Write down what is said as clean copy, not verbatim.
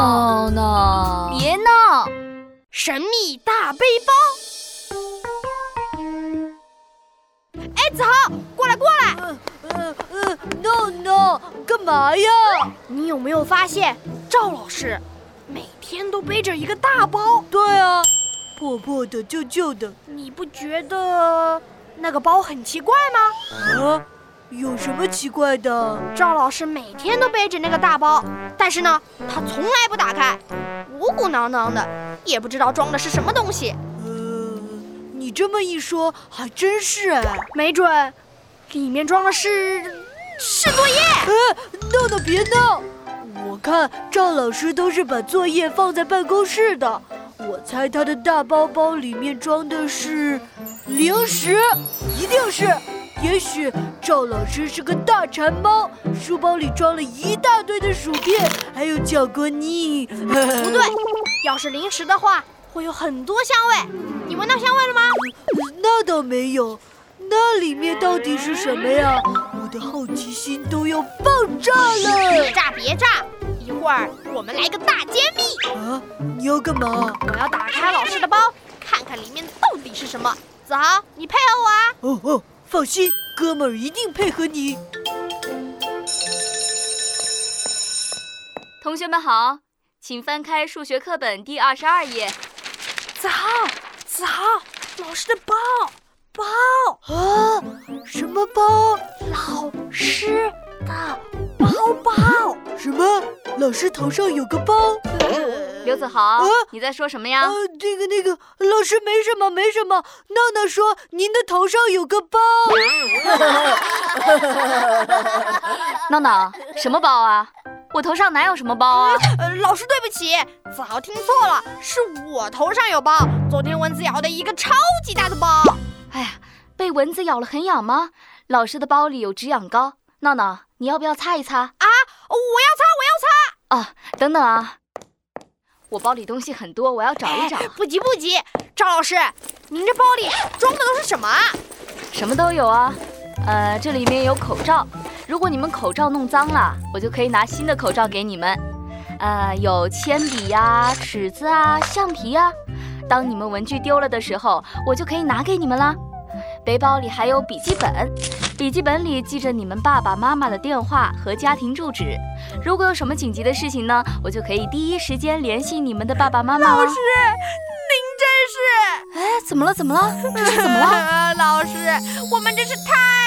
闹闹， 别闹！ 神秘大背包。哎，子豪，过来！ 闹闹，干嘛呀？ 你有没有发现，赵老师每天都背着一个大包？ 对啊，破破的、旧旧的。 你不觉得那个包很奇怪吗？ 啊，有什么奇怪的？ 赵老师每天都背着那个大包，但是呢，他从来不打开，鼓鼓囊囊的，也不知道装的是什么东西。 你这么一说，还真是哎， 没准里面装的是作业。 闹闹别闹，我看赵老师都是把作业放在办公室的，我猜他的大包包里面装的是零食，一定是。也许赵老师是个大馋猫，书包里装了一大堆的薯片，还有巧克力。 不对，要是零食的话，会有很多香味。你闻到香味了吗？ 那倒没有。那里面到底是什么呀？我的好奇心都要爆炸了！ 别炸！一会儿我们来个大揭秘。 啊，你要干嘛？ 我要打开老师的包，看看里面到底是什么。子豪，你配合我啊！ 哦，放心，哥们儿一定配合你。 同学们好，请翻开数学课本第22页。 子豪，老师的包啊，什么包？ 老师的包。 什么？老师头上有个包？ 刘子豪，你在说什么呀？ 那个，老师没什么。闹闹说您的头上有个包。 闹闹，什么包啊？我头上哪有什么包啊？ 老师对不起，子豪听错了，是我头上有包，昨天蚊子咬的一个超级大的包。 哎呀，被蚊子咬了很痒吗？老师的包里有止痒膏，闹闹，你要不要擦一擦？ 啊，我要擦！ 啊，等等啊，我包里东西很多，我要找一找。 不急，赵老师，您这包里装的都是什么啊？ 什么都有啊，这里面有口罩，如果你们口罩弄脏了，我就可以拿新的口罩给你们。有铅笔呀、尺子啊、橡皮啊，当你们文具丢了的时候，我就可以拿给你们啦。背包里还有笔记本，笔记本里记着你们爸爸妈妈的电话和家庭住址。如果有什么紧急的事情呢，我就可以第一时间联系你们的爸爸妈妈了。 老师，您真是…… 哎，怎么了？这是怎么了？ 老师，我们真是太